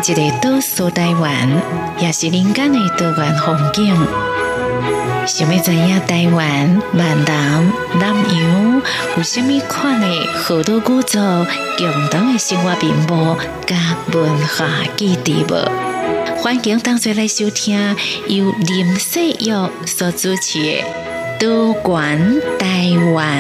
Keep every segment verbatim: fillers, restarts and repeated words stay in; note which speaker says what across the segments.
Speaker 1: 一个岛苏台湾，也是人间的多元风景。想要知影台湾、闽南、南洋有什么款的好多古早共同的生活面貌甲文化基地无？欢迎同齐来收听由林世玉所主持的《多元台湾》。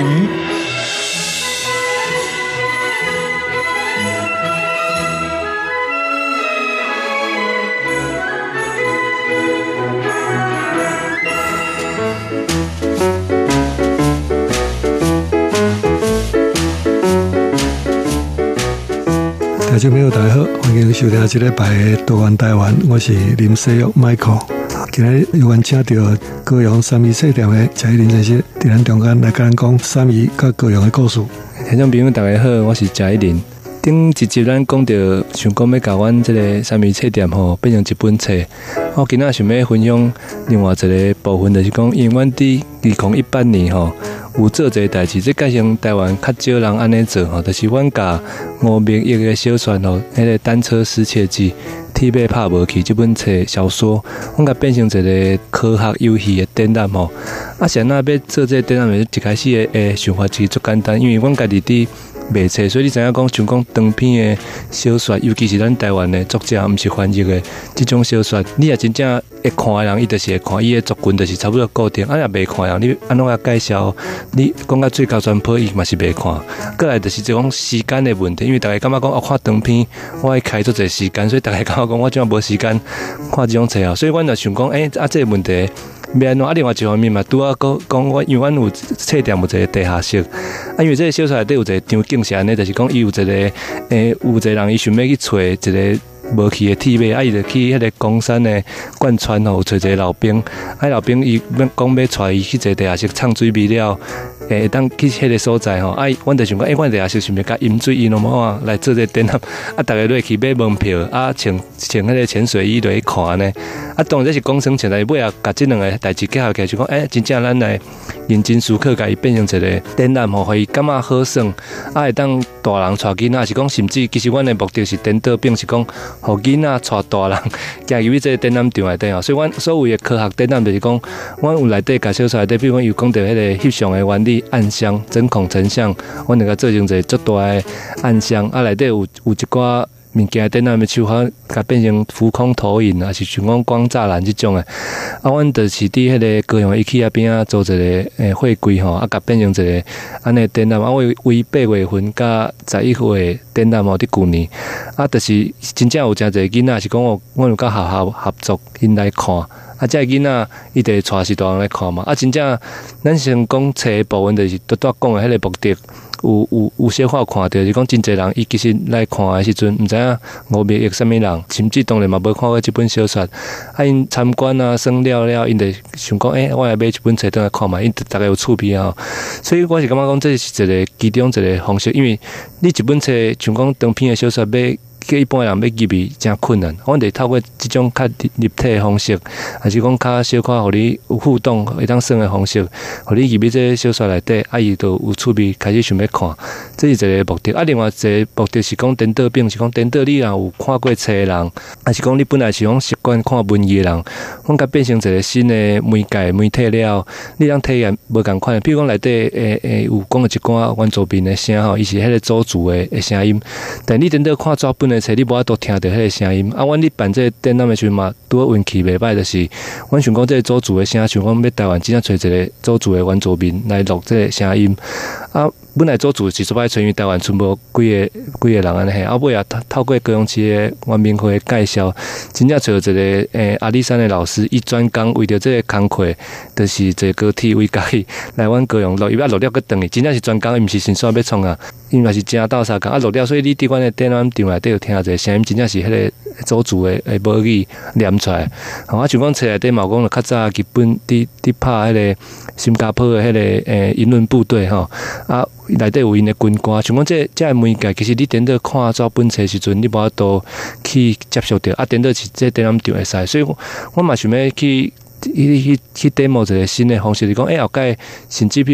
Speaker 2: 听众朋友大家好，欢迎收听这礼拜的多元台湾，我是林世玉 Michael。今日有缘请到高雄三义册店的蔡依林先生，伫咱中间来跟咱讲三义甲高雄的故事。
Speaker 3: 听众朋友大家好，我是蔡依林。顶一集咱讲到，想讲要甲阮这个三义册店吼变成一本册。我今仔想要分享另外一个部分，就是讲，因为阮伫二零一八年吼。有做一个代志，即改成台湾较少人安尼做吼，就是阮甲吴明义的小说吼，迄个单车失窃记，铁马拍无去这本册小说，阮甲变成一个科学游戏的展览吼。啊，谁那要做这个展览，一开始的诶想法其实足简单，因为阮家己伫卖册，所以你知影讲，像讲长篇的小说，尤其是咱台湾的作者，毋是翻译的这种小说，你也真正会看的人，伊就是会看，伊的作群就是差不多固定。啊，若袂看人，你安怎个介绍？你讲到最高全破，伊嘛是袂看。过来就是这种时间的问题，因为大家感觉讲，哦，看长篇，我爱开足侪时间，所以大家感觉讲，我怎么无时间看这种册啊？所以阮就想讲，诶、欸，啊，这个问题。要安怎啊？另外一方面嘛，拄啊讲讲我，因为阮有册店有一个地下室，啊，因为这个小说内底有一个场景是安尼，就是讲伊有一个诶、欸，有一个人伊想要去找一个无去的铁马，啊，伊就去迄个冈山的贯穿吼，找一个老兵，啊，老兵伊要讲要带伊去一个地下室藏水味料。诶，当去迄个所在吼，啊，阮就想讲，诶、欸，阮地下室想要甲饮水饮喏嘛来做这个展览，啊，大家落去买门票，啊，穿穿迄个潜水衣落去看呢，啊，当然这是工程前来尾啊，甲这两个代志结合起来，就讲，诶、欸，真正咱来认真思考，甲伊变成一个展览吼，互伊感觉好耍，啊，会当大人带囡仔，是讲甚至其實阮的目的是颠倒，並是講互囡仔帶大人行入去這個展覽場內底吼，所以阮所謂的科學展覽就是講，阮有內底介紹出來底，比如講有講到迄個翕相的原理。暗箱、针孔成像，阮就甲做成一個足大的暗箱，啊，內底有有一寡物件展覽的手法，甲變成浮空投影，啊，是像講光柵欄這種的。啊，阮就是佇迄個高雄 IKEA 邊啊做一個誒貨櫃吼，啊，甲變成一個安尼展覽。啊，為為八月份甲十一月展覽吼，佇舊年，啊，就是真正有誠濟囡仔是講我，阮有甲學校合作，因來看。啊，這囡仔伊就帶是大人來看嘛。啊，真正咱先講冊的部分，就是拄拄講的迄個目的，有有有小可有看到，就是講真濟人伊其實來看的時陣，毋知影吳明義啥物人，甚至當然嘛無看過這本小說。啊，因參觀啊，算了了，因就想講，誒、欸，我來買一本冊倒來看嘛，因大概有趣味啊。所以我是感覺講，這是一個其中一個方式，因為你一本冊像講長篇的小說買。叫一般人要入去真困難，阮得透過這種較立體的方式，還是講較小可互你有互動、會當耍的方式，互你入去這個小說內底，啊伊就有趣味，開始想要看，這是一個目的。啊，另外一個目的是講顛倒變，是講顛倒你若有看過冊的人，還是講你本來是講習慣看文字的人，阮甲變成一個新的媒介媒體了，你當體驗無共款。比如講內底誒誒有講一寡原住民的聲吼，伊是迄個祖族的的聲音，但你顛倒看紙本的。你無法度聽到迄個聲音，啊！阮咧辦這個展覽的時陣嘛，拄好運氣袂歹，就是阮想講這個祖族的聲，想講要台灣真正找一個祖族的原住民來錄這個聲音，啊！本來祖族是做歹找，因為台灣全部幾個幾個人安尼嘿，啊尾啊透過高雄市的原民會介紹，真正找一個誒、欸、阿里山的老師，伊專工為着這個工課，就是坐高鐵為家己來阮高雄錄，伊要錄了個轉去，真正是專工，伊毋是先煞要創啊，因為是正鬥相共啊錄了，所以你佇阮的展覽場內底有聽到一個聲音，真正是迄個祖族的誒母語念出來，吼啊像講冊內底嘛有講了較早日本佇佇拍迄個新加坡的迄個誒英倫部隊吼啊。內底有因的軍歌，像講這這個媒介，其實你點到看做本冊時陣，你無法度去接受到，啊點到是這展覽場會使，所以我我嘛想要去去去去 demo 一個新的方式，是講誒後蓋甚至比如講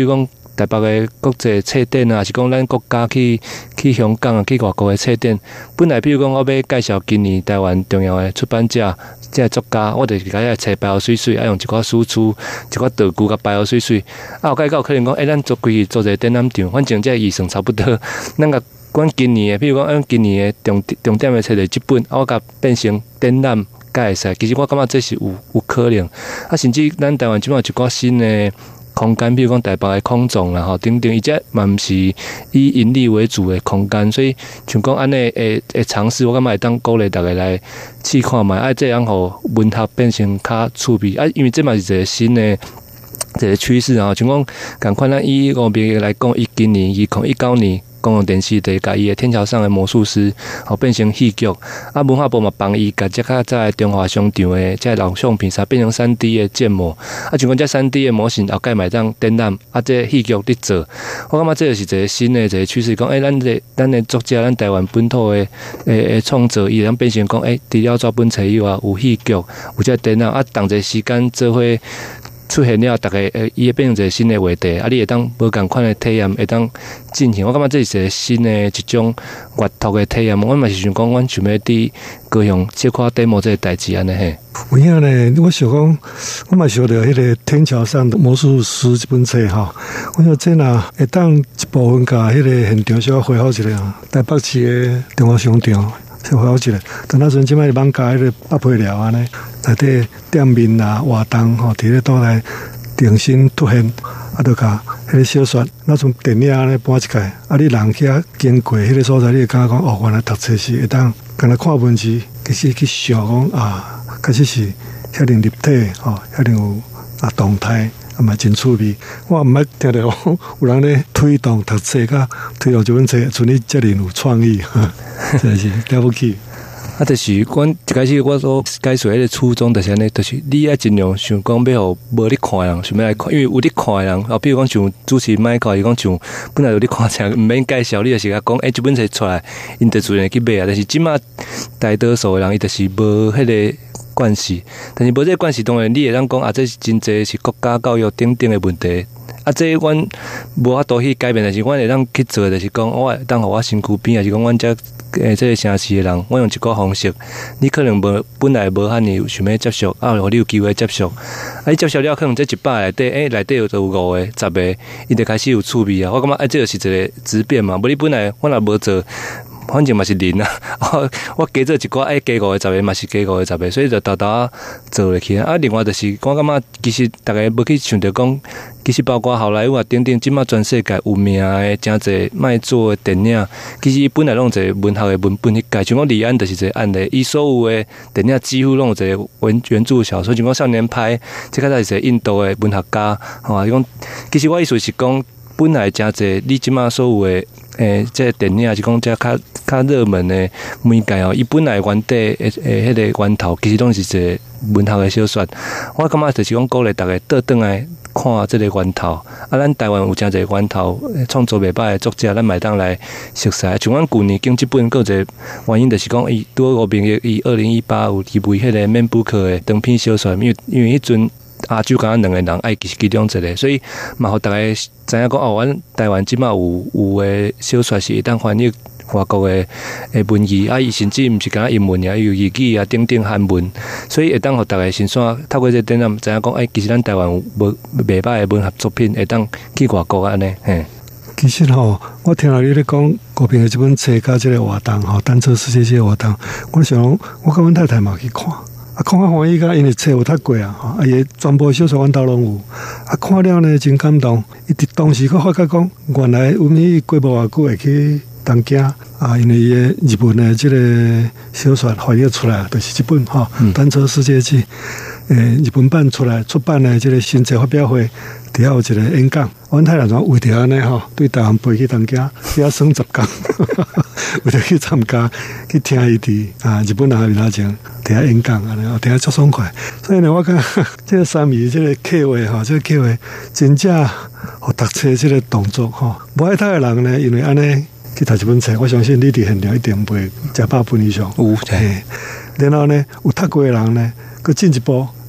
Speaker 3: 台北的国际册展啊，还是讲咱国家去去香港啊，去外国的册展，本来比如讲我要介绍今年台湾重要的出版者。即个作家，我就是甲伊册白水水，啊用一寡输出，一寡道具甲白水水。啊，有介有可能讲，诶、欸，咱做规做一个展览场，反正即个预算差不多。咱甲阮今年的，比如讲，咱今年的重重点的册就是即本，啊，我甲变成展览，甲会使。其实我感觉这是有有可能。啊，甚至咱台湾即摆有一寡新的空间，比如讲台北的空总啦，吼，等等，伊这嘛毋是以盈利为主的空间，所以像讲安尼诶诶尝试，我感觉会当鼓励大家来试看卖，啊，这样互文学变成较趣味啊，因为这嘛是一个新的一个趋势啊，像讲共款咱以五名来讲，伊今年二零一九年。公共电视台甲伊的天桥上的魔术师，吼变成戏剧。啊，文化部嘛帮伊甲即个在中华商场的即个老相片啥变成三 D 的建模。啊，像讲这三 D 的模型后盖买当展览，啊，这戏剧伫做，我感觉这就是一个新的一个趋势。讲，诶、欸，咱这咱的作家，咱台湾本土的诶诶创作，伊咱变成讲，诶、欸，除了作本册以外，有戏剧，有这展览，啊，同一时间做伙。出现了，大概诶，伊会变成一个新的话题，啊，你会当无共款的体验，会当进行。我感觉这是一个新的一种阅读的体验。我嘛是想讲，阮想要伫高雄小可 demo 这个代志安尼嘿。
Speaker 2: 有影呢，我想讲，我嘛想到迄个天桥上的魔术师这本册吼，我想这若会当一部分甲迄个现场小恢复一下，台北市的中华商场。小恢复一下，等那阵即摆网加迄个北配料安尼，内底店面啊、活动吼，伫咧倒来重新凸显，啊，著甲迄个小说，那种电影安尼搬一界，啊，你人遐经过迄个所在，你会感觉讲哦，原来读册是会当，干那看文字，其实去想讲啊，确实是遐尼立体吼，遐尼有啊动态。啊嘛真趣味，我毋捌听到有人咧推动读册，甲推动这本册，像你遮尔有创意，真是了不起。
Speaker 3: 啊，就是阮一开始我所解说迄个初衷，就是安尼，就是你爱尽量想讲要互无咧看人，想要来看，因为有咧看人，啊，比如讲像主持人麦克，伊讲像本来有咧看册，毋免介绍，你就是甲讲，诶、欸，这本册出来，因就自然去买啊。但是即马大多数的人，伊就是无迄个。关系，但是无这个关系，当然你会当讲啊，这是真济是国家教育等等的问题。啊，这阮无法度去改变，但是阮会当去做，就是讲我会当互我身躯边，还是讲阮遮诶这个城市的人，我用一个方式，你可能无本来无遐尼想要接受，啊，你有机会接受，啊，你接受了，可能这一百内底，诶、欸，内底有有五个、十个，伊就开始有趣味啊。我感觉啊，这就是一个质变嘛。无你本来我若无做。反正嘛是零啊，我加做一寡，哎，加五个十个嘛是加五个十个，所以就豆豆做落去啊。另外就是，我感觉其实大家要去想着讲，其实包括好莱坞啊等等，即马全世界有名的真侪卖做的电影，其实本来拢一个文学的文本去改，像讲李安就是一个案例，伊所有的电影几乎拢有一个原原著小说，像讲少年派，即个才是一个印度的文学家，吼，伊讲其实我意思是讲。本来真侪，你即马所有的诶，即、欸、电影还是讲遮较较热门的媒介哦，伊本来原底诶诶，迄个源头其实拢是一个文学的小说。我感觉就是讲鼓励大家倒转来看即个源头。啊，咱台湾有真侪源头创作袂歹的作者，咱买当来熟悉。像阮旧年经即本个一个原因，就是讲伊拄好五明伊二零一八有提为迄个免补课的长篇小说，因为因为迄阵。亚洲敢两个人爱其中一个，所以嘛，互大家知影讲哦，阮台湾即马有有诶小说是会当翻译外国诶诶文字，啊，伊甚至毋是敢英文啊，有日语啊，等等韩文，所以会当互大家先算透过这展览，知影讲，诶，其实咱台湾有无袂歹诶文学作品，会当去外国安尼，嘿。
Speaker 2: 其实吼，我听到你咧讲高平诶这本册甲即个活动吼，单车世界这个活动，我想我甲阮太太嘛去看。啊，看看欢喜甲因为册有读过啊，吼，啊伊全部小说阮兜拢有，啊看了呢真感动。伊伫当时佫发觉讲，原来阮迄过无偌久会去东京啊，因为伊诶日本诶即个小说翻译出来，就是即本吼《单车世界记》诶，日本版出来出版诶即个新册发表会，底下有一个演讲，阮太太怎为着安尼吼，对台湾飞去东京，遐耍十工，为着去参加去听伊伫啊日本人面头前。底下演讲啊，然后底下足爽快，所以呢，我感觉这个三米这个客话哈，这个客话真正和读册这个动作哈，无爱读的人呢，因为安尼去读一本册，我相信你伫现场一定袂食百分以上。有，嘿，然后呢，有读过的人呢，佮进一步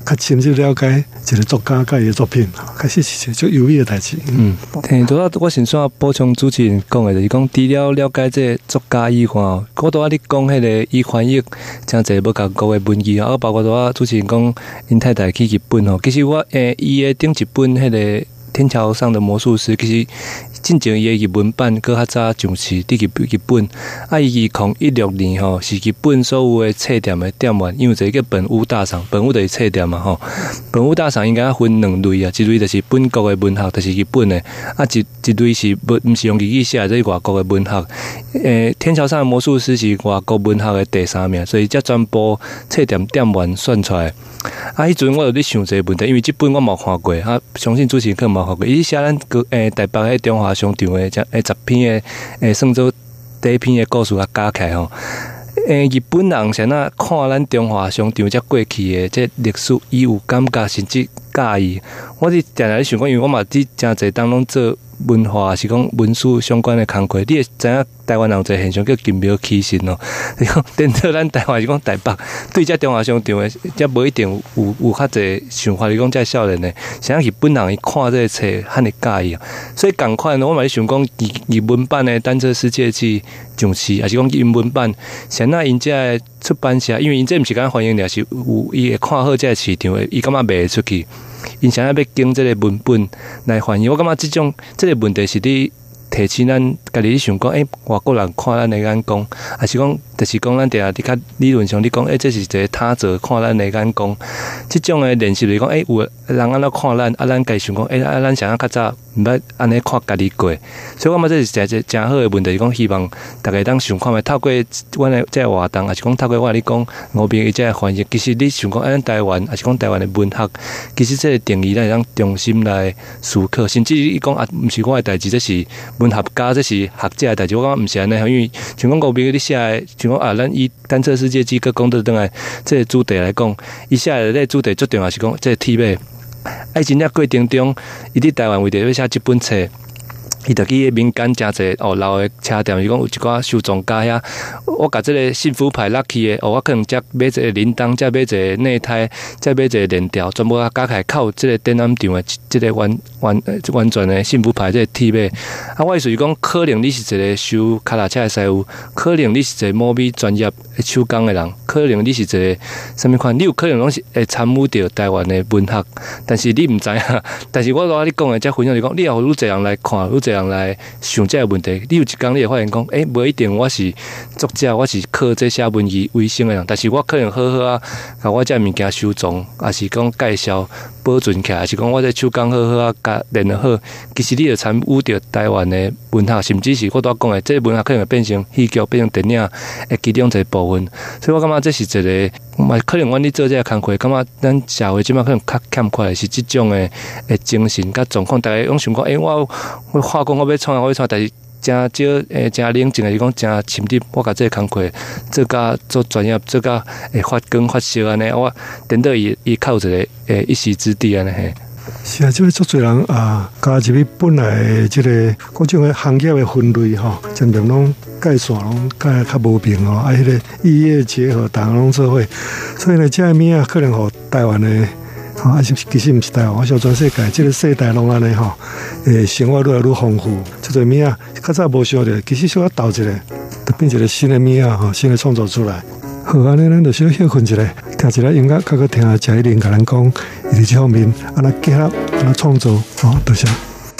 Speaker 2: 较深入了解一个作家甲伊的作品，开始是一个足有意的代志。
Speaker 3: 嗯，嘿，拄啊，我先先补充主持人讲的，就是讲除了了解这个作家以外，我拄啊你讲迄个伊翻译真侪要甲国的文字啊，包括拄啊主持人讲因太太去日本吼，其實我誒伊嘅頂一本迄個天橋上的魔術師，其實進前伊嘅日文版，佮較早上市佇日日本。啊，伊二零一六年吼，是日本所有嘅冊店嘅店員，因為一個叫本屋大賞，本屋就是冊店嘛吼。本屋大賞應該分兩類啊，一類就是本國嘅文學，就是日本嘅；啊一一類是不毋是用日語寫，即係外國嘅文學。誒，天橋上的魔術師是外國文學嘅第三名，所以才全部冊店店員選出來。啊，迄陣我有咧想一個問題，因為這本我冇看過，啊，相信主持人可能冇看過。伊寫咱個誒台北迄中華商場誒，只誒十篇誒誒算做第一篇嘅故事啊加起來吼。誒，日本人先啊看咱中華商場只過去誒即歷史，伊有感覺甚至介意。我哋定定咧想講，因為我嘛啲真濟當攏做文化是講文書相關嘅工課，你會知影台灣人一個現象叫金廟起身咯。你講等到咱台灣是講台北對只中華商場誒，則無一定有有較濟想法。你講只少年誒，像日本人伊看這個冊較會介意啊。所以同款，我嘛咧想講日日文版誒《單車世界去上市，還是講英文版，像那因這出版社，因為因這毋是講歡迎的，是有伊會看好這個市場，伊感覺賣出去。因想要要經這個文本來翻譯，我感覺這種這個問題是你提起咱家己想講，誒、欸、外國人看咱的眼光，還是講，就是講咱定下你較理論上你講，誒、欸、這是一個他者看咱的眼光，這種的練習嚟講，誒、欸、有人安怎看咱，啊咱家想講，誒、欸、啊咱想要較早毋捌安尼看家己過，所以我感覺這是一個真好的問題，講希望大家當想看覓透過阮的這個活動，還是講透過我你講吳明伊這個翻譯，其實你想講，咱台灣還是講台灣的文學，其實這個定義咱會當重新來思考，甚至伊講啊，毋是我的代誌，這是文學家，這是學者的代誌，我感覺毋是安尼，因為像講吳明你寫的，像講啊，咱以單車世界幾個講到轉來，這個主題來講，伊寫的這個主題最重要是講這個鐵馬。愛真正過程中，伊佇台灣為着要寫這本冊，伊就去民間真濟哦老的車店，是講有一寡收藏家遐，我甲這個幸福牌落去的，哦我可能則買一個鈴鐺，則買一個內胎，則買一個鏈條，全部啊加起來靠這個展覽場的這個完完完全的幸福牌這個鐵馬。啊，我意思是講，可能你是一個修腳踏車的師傅，可能你是一個某某專業的手工的人，可能你是一個什麼款，你有可能攏是會參與到台灣的文學，但是你毋知影。但是我攞你講的這分享是講，你也有愈濟人來看，愈濟人來想這個問題。你有一天你會發現講，誒，無一定我是作者，我是靠這寫文字為生的人，但是我可能好好啊，甲我這物件收藏，還是講介紹保存起來，還是講我這手工好好啊，甲練得好，其實你就參與到台灣的文學，甚至是我拄講的，這個文學可能會變成戲劇、變成電影的其中一個部分。所以我感覺這是一個，嘛可能阮咧做這個工作，感覺咱社會即馬可能較欠缺的是這種的的精神甲狀況。大家攏想講，誒、欸，我我話講我要創，我要創，但是真少誒，真冷靜的是講真深入。我甲這個工作做甲做專業，做甲誒發光發燒安尼，我等到伊伊靠一個誒一席之地安尼嘿。
Speaker 2: 是啊，即個足多人啊，加入去本來即個各種嘅行業嘅分類吼，漸漸攏界線攏界較無明吼，啊，迄個異業結合，大家攏做伙，所以呢，這個物啊，可能互台灣嘅，吼，啊是其實毋是台灣，我想全世界，即個世代攏安尼吼，誒，生活愈來愈豐富，即個物啊，較早無想到，其實小可鬥一個，就變一個新嘅物啊，吼，新嘅創造出來。好，安尼咱就小休困一下，聽一下音樂，較閣聽下賈一玲甲咱講，伊佇這方面安怎結合，安怎創造，吼，多謝。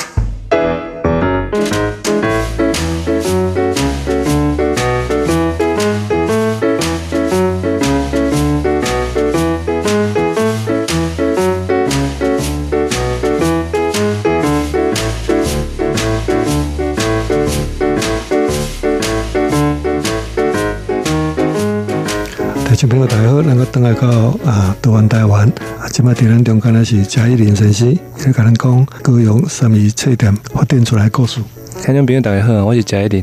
Speaker 2: 聽眾朋友大家好，咱個轉來到啊台灣台灣啊，即擺佇咱中間咧是賈一玲先生，伊咧甲咱講高雄三義冊店發展出來的故事。
Speaker 3: 聽眾朋友大家好，我是賈一玲。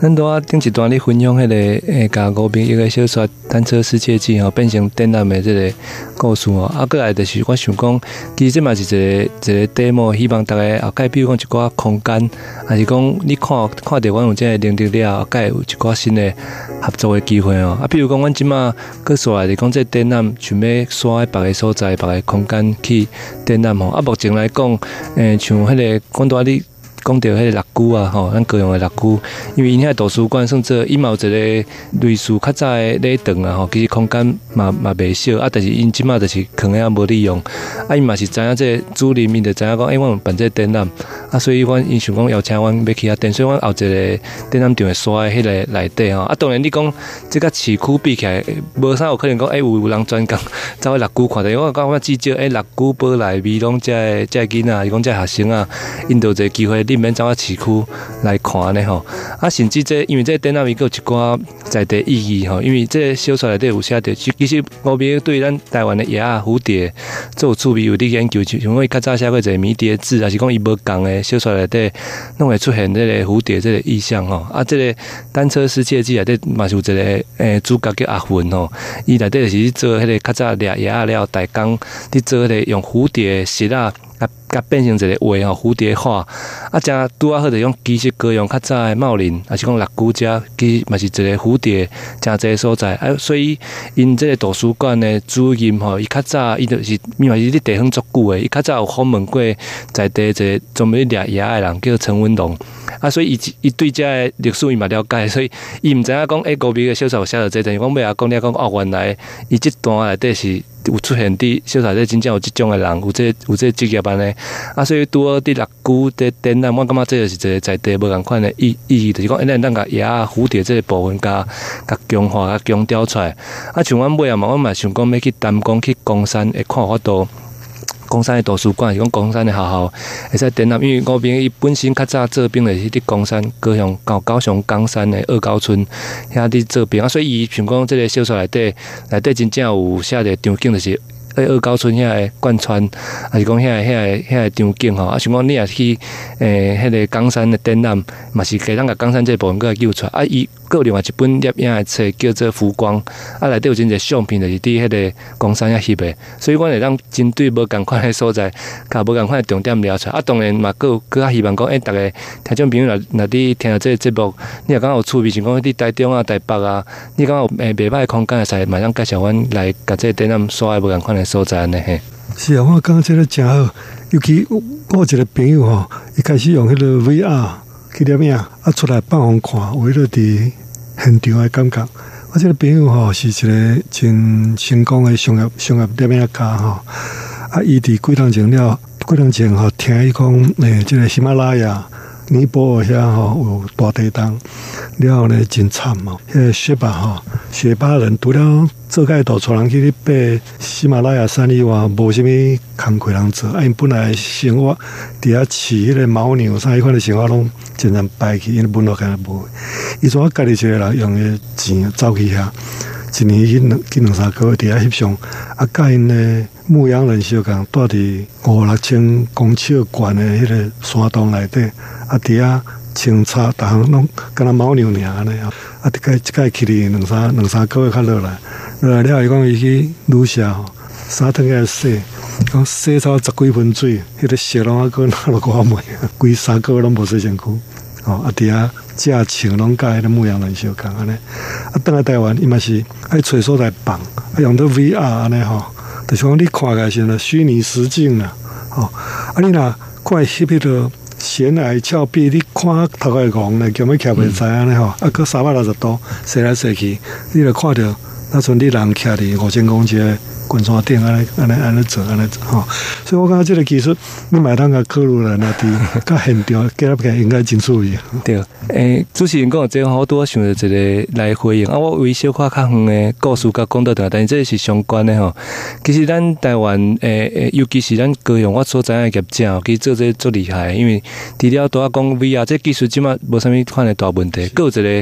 Speaker 3: 咱拄啊顶一段咧分享迄个诶，甲吴明一个小说《单车世界纪》吼，变成展览的即个故事哦。啊，过来就是我想讲，其实这嘛是一个一个 demo， 希望大家后盖，比如讲一寡空间，还是讲你看看到阮有这个能力了，后盖有一寡新的合作的机会哦。啊，比如讲阮即马搁说来是讲这展览，想要刷别个所在、别个空间去展览吼。啊，目前来讲，诶，像迄个讲到你。讲到迄个六姑啊，吼，咱高雄的六姑，因为因遐图书馆算做伊嘛有一个类似较早的礼堂啊，吼，其实空间嘛嘛袂小啊，但是因即马就是可能也无利用，啊，因嘛是知影这主任因就知影讲，诶、欸，阮有办这展览，啊，所以阮因想讲邀请阮要去遐展，所以阮后一个展览场会刷喺迄个内底吼，啊，当然你讲这个市区比起来，无啥有可能讲，诶、欸，有有人专工走去六姑看的，因为我讲我至少诶，六姑宝来美拢这这囡仔，伊讲这学生啊，因都有一个机会。你免走啊市区来看呢吼，啊甚至这因为这展览伊有一寡在地意义吼，因为这小说内底有写着，其实吴明对咱台湾的叶啊蝴蝶做有趣味有伫研究，像我较早写过一个迷迭字，还是讲伊无共的小说内底，拢会出现这个蝴蝶这个意象吼。啊，这个单车世界纪内底嘛是有一个诶主角叫阿云吼，伊内底就是做迄个较早掠叶啊了，大工伫做迄个用蝴蝶丝啊。甲甲变成一个画吼，蝴蝶画啊，正拄啊好着用其实高雄较早的茂林，还是讲六姑遮，其实嘛是一个蝴蝶真济所在啊，所以因这个图书馆的主任吼，伊较早伊就是伊嘛是伫地方足久的，伊较早有访问过在地一个专门掠叶的人叫陈文龙啊，所以伊伊对遮的历史伊嘛了解，所以伊毋知影讲诶，高明的小说有写到这，但是讲尾仔讲了讲哦，原来伊即段内底是。有出现伫小说内真正有即种的人，有这有这职业安尼啊，所以拄好伫六姑伫展览，我感觉这就是一个在地无共款的意意义，就是讲，咱咱甲叶啊蝴蝶这个部分甲甲强化、甲强调出来。啊，像阮尾啊嘛，我嘛想讲要去淡江去公山会看法度。公山的图书馆是讲公山的学校会使展览，因为吴明伊本身较早做兵的是伫公山高雄高高雄冈山的二高村遐伫做兵啊，所以伊想讲这个小说内底内底真正有写着场景，就是诶二高村遐个贯穿，还是讲遐个遐个遐个场景吼，啊，想讲你也去诶迄个冈山的展览，嘛是给咱个冈山这部分个救出来啊，伊。个另外一本摄影的册叫做《浮光》，啊，内底有真侪相片，就是伫迄个公山遐翕的，所以阮会当针对无共款的所在，甲无共款的重点聊出来。啊，当然嘛，佫佫较希望讲，诶、欸，逐个听众朋友若若伫听到这个节目，你若感觉有趣味，像讲伫台中啊、台北啊，你感觉有诶袂歹的空间，会马上介绍阮来甲这个展览刷无共款的所在安尼嘿。
Speaker 2: 是啊，我感觉这个真好，尤其我有一个朋友吼，一开始用迄个 V R 去摄影，啊出来放互看，为了伫现场的感觉，我这个朋友吼是一个真成功的商业商业摄影家吼。啊，伊伫几年前了，几年前吼听伊讲，诶，这个喜马拉雅尼泊尔遐吼有大地震，了后呢真惨哦。迄个雪巴吼，雪巴人除了做介大带人去咧爬喜马拉雅山以外，无啥物工课通做。啊，因本来生活伫遐饲迄个牦牛啥，迄款的生活拢真正败去，因为文化干无。伊从家己一个人用诶钱走去遐，一年去两去两三个月伫遐翕相，啊，甲因诶牧羊人相共，住伫五六千公尺高诶迄个山洞内底，啊，伫遐清查，逐项拢敢若牦牛尔安尼啊，啊，即个即个去哩两三两三个月较落来，落来了伊讲伊去旅社吼，衫脱起来洗，讲洗超十几分水，迄个色拢啊个哪落我袂，规三个月拢无洗身躯，吼，啊，伫遐。食穿拢甲迄个牧羊人相共安尼，啊，倒来台湾伊嘛是爱找所在放，啊，用到 V R 安尼吼，就是讲你看起来是了虚拟实境啦，吼，啊，你若看翕迄个悬崖峭壁，你看头个戆咧，根本徛袂知安尼吼，啊，搁三百六十度踅来踅去，你就看到那阵你人徛伫五千公尺关山顶安尼安尼安尼做安尼做吼，所以我感觉这个技术你买当个考虑来，那伫甲现场结合起来应该真注意。
Speaker 3: 对，诶，主持人讲这好多想着一个来回应啊，我为小可较远的故事甲讲到倒，但是这是相关的吼。其实咱台湾诶诶，尤其是咱高雄我所知影业者，其实做这足厉害，因为除了拄仔讲 V R 这技术即马无啥物款的大问题，佫有一个。伫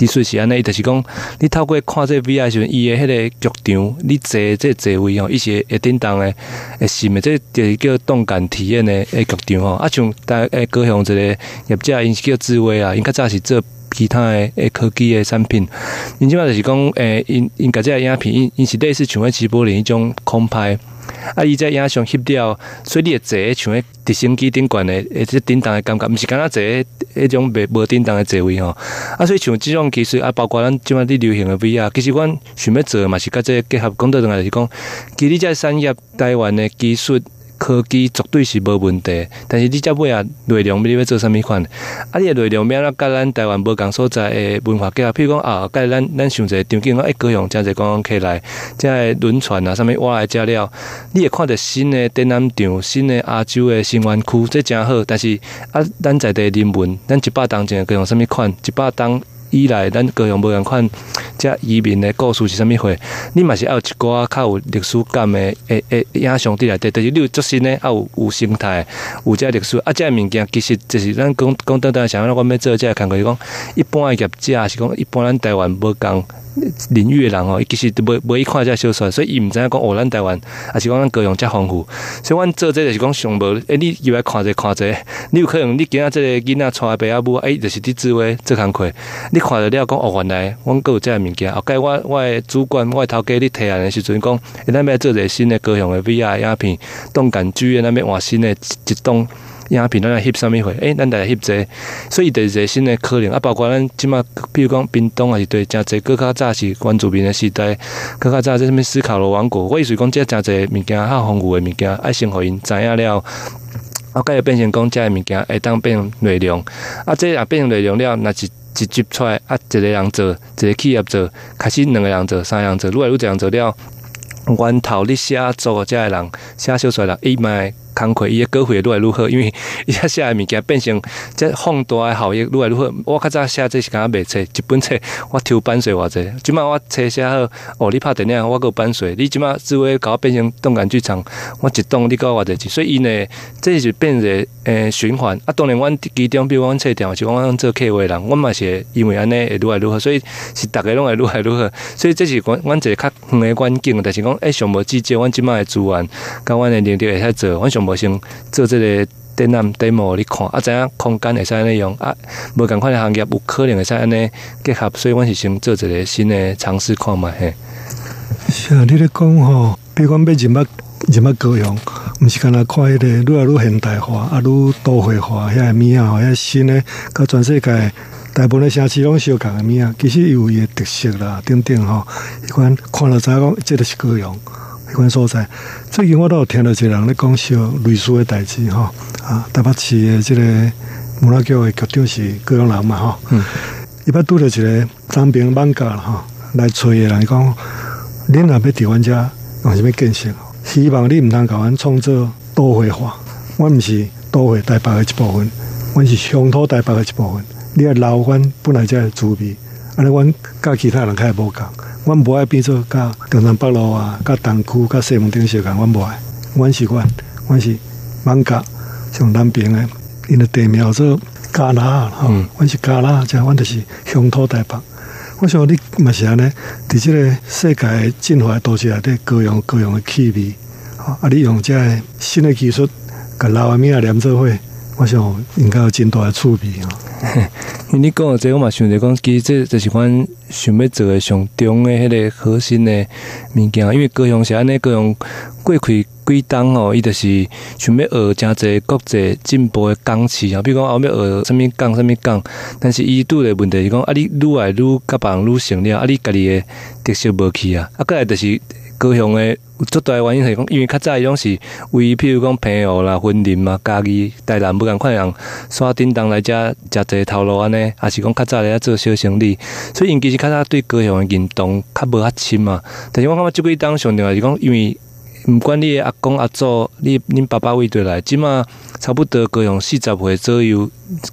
Speaker 3: 技术是安尼，伊就是讲，你透过看这 V R 时阵，伊的迄个剧场，你坐这座位吼，伊是会叮当的，会心的，这就是叫动感体验的诶剧场吼。啊，像大诶高雄一个业者，因是叫智慧啊，因较早是做其他的诶科技的产品，因即摆就是讲，诶，因因家这影片，因因是类似像迄直播连迄种空拍。啊！伊在影像翕了，所以你会坐像迄直升机顶悬的，诶，即叮当的感觉，毋是敢若坐迄种袂无叮当的座位吼。啊，所以像即种技术啊，包括咱即摆伫流行的 V R， 其实阮想要做嘛是甲这结合，讲倒转来就是讲，其实这产业台湾的技术。科技绝对是无问题，但是你才尾啊内容你要做啥物款？啊，你的内容要安怎甲咱台湾无共所在的文化结合？譬如讲啊，甲咱咱想一个场景，讲诶高雄真侪观光客来，即个轮船啊，啥物挖来食了，你会看到新的展览场、新的亚洲的新湾区，这真好。但是啊，咱在地人文，咱一百档前高雄啥物款？一百档。以来，咱高雄无共款，即移民的故事是啥物货？你嘛是要有一寡较有历史感的诶诶影像伫内底，就是你有足新的，啊有有生态，有即历史，啊即物件其实就是咱讲讲倒倒想，我要做即个工作，是讲一般的业者是讲一般咱台湾无共领域的人吼，伊其实无无去看遮小说，所以伊毋知影讲哦，咱台湾还是讲咱高雄遮丰富，所以阮做这就是讲上无，诶，你又来看者看者，你有可能你今仔即个囡仔带爸阿母，诶，就是伫智慧做工课，你看到了讲哦，原来阮阁有遮个物件，后盖我我的主管，我的头家，你提案的时阵讲，咱要做一个新的高雄的 V R 影片，动感剧院咱要换新的一栋。影片咱来翕啥物货？诶，咱来翕者，所以就是一个新的可能啊。包括咱即马，比如讲屏东也是对，真侪更较早是原住民的时代，更较早这什么思考罗王国，我意思讲，这真侪物件较丰富的物件，爱先互因知影了。啊，甲会变成讲，这个物件会当变成内容，啊，这也变成内容了，那一一集出来，啊，一个人做，一个企业做，开始两个人做，三个人做，愈来愈侪人做了。源头你写作这个人，写小说人，伊嘛工课伊的稿费愈来愈好，因为伊写写的物件变成这放大的效益愈来愈好。我较早写这是敢卖册，一本册我抽版税偌济，即摆我册写好，哦，你拍电影我阁有版税，你即摆只会搞变成动感剧场，我一栋你搞偌济钱，所以伊呢，这是变成诶循环。啊，当然阮其中比如阮册店是讲阮做客户的人，阮嘛是因为安尼会愈来愈好，所以是逐个拢会愈来愈好。所以这是阮阮一个较远的远景，但是讲诶上无至少阮即摆的资源，甲阮的能力会使做，阮上无先做这个展览 demo 你看，啊，知影空间会使安尼用，啊，无共款的行业有可能会使安尼结合，所以阮是先做一个新的尝试看嘛嘿。
Speaker 2: 是啊，你咧讲吼，比如讲要入捌入捌高雄，毋是干那看迄个愈来愈现代化，啊，愈都会化，遐个物啊，遐新的，甲全世界大部分的城市拢相共的物啊，其实有伊的特色啦，等等吼，迄款看了知影讲，这就是高雄。迄款所在，最近我都有听到一个人咧讲小类似的代志吼，啊，台北市的这个文化局的局长是高雄人嘛吼，嗯，伊捌拄着一个当兵放假啦吼，来找的人讲，恁若要伫阮遮用啥物建设？希望你毋通甲阮创造都会化，阮毋是都会台北的一部分，阮是乡土台北的一部分。你要留阮本来遮的滋味，安尼阮甲其他人较无共。阮无爱变做甲中山北路啊、甲东区、甲西门町相共，阮无爱。阮是阮，阮是艋舺上南边的，因的地名做加拉吼，阮、嗯、是加拉，即阮就是乡土台北。我想你嘛是安尼，伫即个世界进化都市内底，高雄高雄的气味，啊，你用即个新的技术，甲老的物仔连做伙，我想应该有真大的趣味吼。
Speaker 3: 因为你讲的这，我嘛想着讲，其实这就是阮想要做的上中的迄个核心的物件。因为高雄是安尼，高雄过去几档吼，伊就是想要学真侪国际进步的港词啊，比如讲后要学什物港什物港，但是伊拄的问题是讲，啊，你愈来愈甲别人愈成了，啊，你家己的特色无去啊，啊，过来就是。高雄的有足大原因是讲，因为较早伊种是为譬如讲平湖啦、云林嘛、嘉义、台南不共款人刷叮当来遮食一个头路安尼，还是讲较早来遮做小生意，所以因其实较早对高雄的认同较无遐深嘛。但是我感觉即几档上重要是讲，因为毋管你的阿公阿祖，你恁爸爸位对来，即马差不多高雄四十岁左右，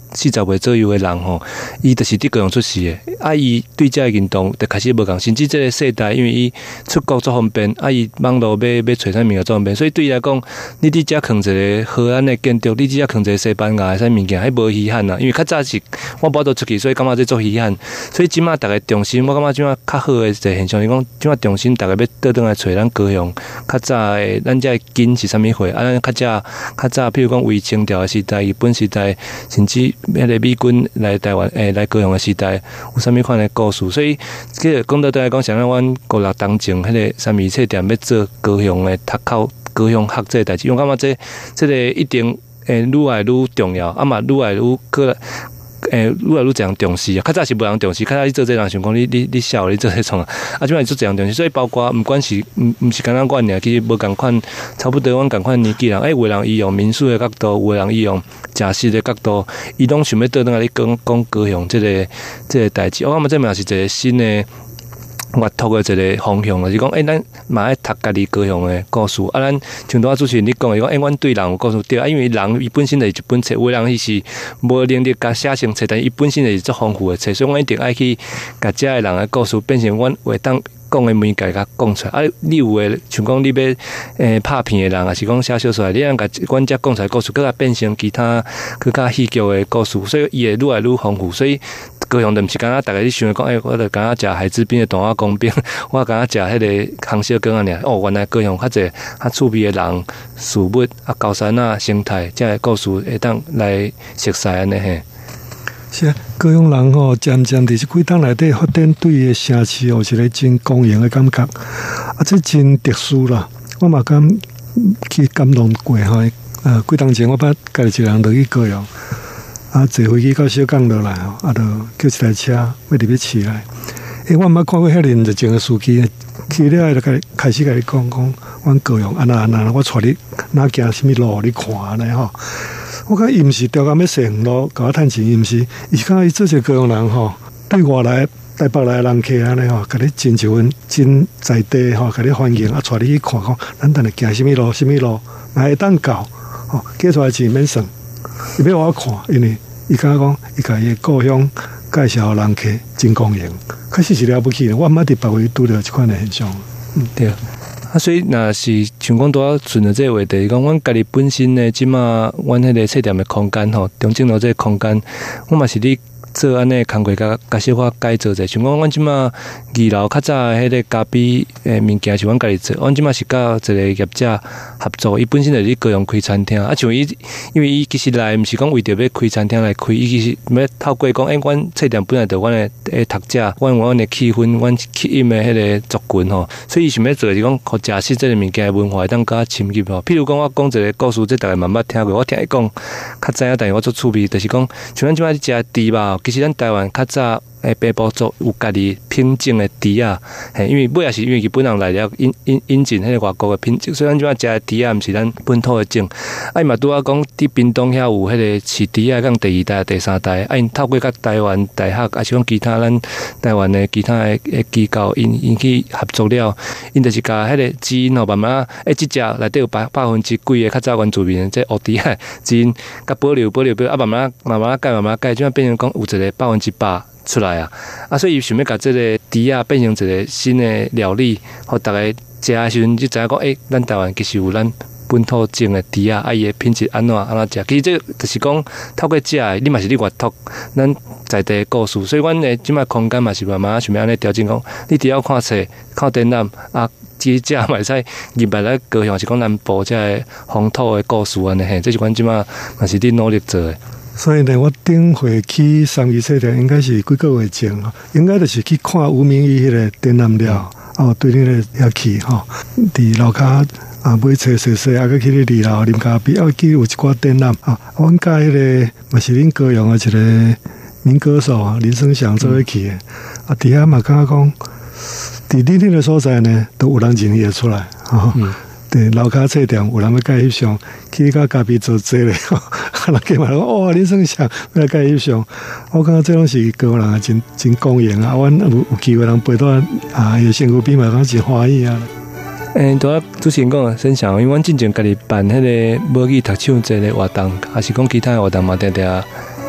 Speaker 3: 四十岁左右的人吼，伊就是伫高雄出世的，啊，伊对这个运动就开始无共，甚至这个世代，因为伊出国做方便，啊，伊网络要要找啥物件做方便，所以对伊来讲，你伫遮藏一个好安的建筑，你伫遮藏一个西班牙的啥物件，还无稀罕啊，因为较早是我无倒出去，所以感觉这做稀罕，所以即马大家重心，我感觉即马较好的一个现象是讲，即马重心大家要倒转来找咱高雄较早的，咱遮根是啥物货，啊，咱较早较早，譬如讲为清朝的时代、日本时代，甚至迄个美军来台湾诶、欸、来高雄的时代，有啥物款的故事，所以这个讲到倒来讲，像咱阮国立东前迄个三米册店要做高雄的读口高雄学这个代志，因为我感觉这这个一定诶愈来愈重要，啊嘛愈来愈个。诶，愈来愈这样重视啊！较早是无人重视，较早你做这人想讲你你你笑你做这创啊，啊，即摆做这样重视，所以包括毋管是毋毋是干咱阮尔，其实无共款，差不多阮共款年纪人，诶、欸，有人伊用民宿的角度，有人伊用食食的角度，伊拢想要倒转来咧讲讲高雄这个这个代志，我感觉这嘛是一个新的。我读的一个方向就是讲，诶、欸，咱嘛爱读家己高雄的故事。啊，咱像拄仔主持人你讲的，讲，诶、欸，阮对人有故事对啊，因为人伊本身就是一本册，有的人伊是无能力甲写成册，但伊本身就是足丰富的册，所以我一定爱去甲遮个人的故事变成阮会当讲的媒介甲讲出来。啊，你有诶，像讲你要诶、欸、拍片的人，也是讲写小说，你通甲阮遮讲出来故事，佮甲变成其他佮较戏剧的故事，所以伊会愈来愈丰富，所以。高雄就毋是敢若大家你想讲，诶、欸，我著敢若食海之滨的动画公饼，我敢若食迄个康小羹啊尔。哦，原来高雄较侪较趣味的人、事物啊、高山啊、生态，这个故事会当来熟悉安尼嘿。
Speaker 2: 是啊，高雄人吼，渐渐伫即几档内底发展对个城市有一个真公平的感觉，啊，这真特殊啦。我嘛感去感动过吼，呃，几当前我捌家己一个人落去高雄。啊，坐飞机到小港落来吼，啊，就叫一台车要入去市内。诶，我毋捌看过遐认真的司机，去了就开开始甲你讲讲，阮高雄安那安那，我带你哪行什么路你看安尼吼。我讲伊毋是调到要西园路甲我趁钱，伊毋是，伊讲伊做一个高雄人吼，对外来台北来的人客安尼吼，甲你真一份真在地吼，甲你欢迎啊，带你去看看，咱等下行什么路什么路，嘛会当到吼，寄出来钱免算。伊要我看，因为伊敢讲，伊家伊故乡介绍人客真公平，确实是了不起的。我毋捌伫别位拄到即款的现象。
Speaker 3: 嗯，对。啊，所以若是像讲拄仔顺着这个话题，讲阮家己本身呢，即马阮迄个册店的空间吼，中正路这个空间，我嘛是咧做安尼工课，甲甲小可改造者。像讲阮即马二楼较早迄个咖啡诶物件是阮家己做，阮即马是甲一个业者合作，伊本身就是高雄开餐厅，啊，像伊，因为伊其实来毋是讲为着要开餐厅来开，伊其实要透过讲，诶、欸，阮册店本来就阮诶诶读者，阮阮诶气氛，阮吸引诶迄个族群吼，所以伊想要做是讲，互食食这个物件诶文化会当较深入吼。譬如讲，我讲一个故事，这大家嘛捌听过，我听伊讲较知影，但是我做趣味，就是讲，像咱即摆食猪肉，其实咱台湾较早。诶，北部族有家己品种的猪啊，嘿，因为尾也是因为日本人来了引引引进迄个外国的品种，所以咱即摆食的猪啊，毋是咱本土的种。啊，伊嘛拄仔讲，伫屏东遐有迄个饲猪啊，讲第二代、第三代，啊，因透过甲台湾大学，啊是讲其他咱台湾的其他的诶机构，因因去合作了，因就是甲迄个基因吼慢慢，诶，即只内底有百百分之几个较早原住民即黑猪啊基因，甲保留保留保留，啊慢慢慢慢改慢慢改，即摆变成讲有一个百分之百。出来啊！啊，所以伊想要把这个猪啊变成一个新的料理，互大家食的时阵就知影讲，诶、欸，咱台湾其实有咱本土种的猪啊，啊伊的品质安怎安怎食。其实这就是讲透过食的，你嘛是咧阅读咱在地的故事，所以阮的即摆空间嘛是慢慢想要安尼调整讲，你只要看册、看展览啊，只食嘛会使入来来高雄是讲南部这个风土的故事安尼嘿，这是阮即摆嘛是咧努力做的。
Speaker 2: 所以呢，我顶回去三二册店应该是几个月前吼，应该就是去看吴明义迄个展览了，哦，对你个遐去吼，伫楼骹啊买册踅踅，啊，佮去咧二楼啉咖啡，啊，记有一寡展览啊，阮甲迄个嘛是恁高雄的一个民歌手啊，林生祥做伙去的，啊，伫遐嘛感觉讲，伫你迄个所在呢，都有人认伊出来，吼。嗯对，楼骹册店有人要甲翕相，去甲咖啡做坐咧，人家嘛讲哇，林生祥要来甲翕相，我感觉这拢是高雄人真真公平啊！阮有有机会人陪到啊，有身躯边嘛，讲真欢喜啊！
Speaker 3: 诶，拄仔主持人讲啊，生祥，因为阮之前家己办迄个母语读唱节的活动，还是讲其他的活动嘛，定定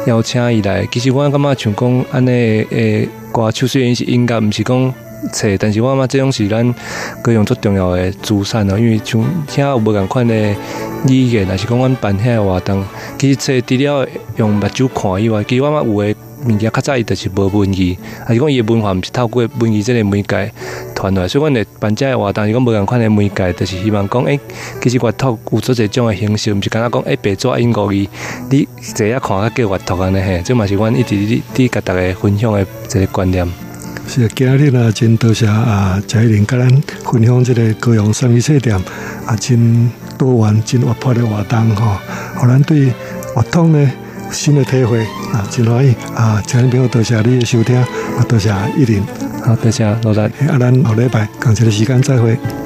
Speaker 3: 邀请伊来。其实我感觉像讲安尼诶歌手虽然是音乐，毋是讲册，但是我感觉这种是咱各样最重要的资产哦。因为像遐有无共款的语言，还是讲阮办遐活动，其实册除了用目睭看以外，其实我感觉有诶物件较早伊就是无文字，还是讲伊诶文化毋是透过文字这个媒介传来，所以阮会办这个活动是讲无共款的媒介，就是希望讲诶、欸，其实阅读有做一种的形式，毋是干那讲诶白纸音乐语，你坐遐看较叫阅读安尼嘿，这嘛是阮一直伫伫甲大家分享的一个观念。
Speaker 2: 是今日啊，真多谢啊，翟依林甲咱分享这个高雄三米册店啊，真多元、真活泼的活动吼，互咱对活动呢新的体会啊，真欢喜啊！听众朋友，多谢你的收听，啊，多谢依林，
Speaker 3: 好，多谢罗达，
Speaker 2: 啊，咱下礼拜同一个时间再会。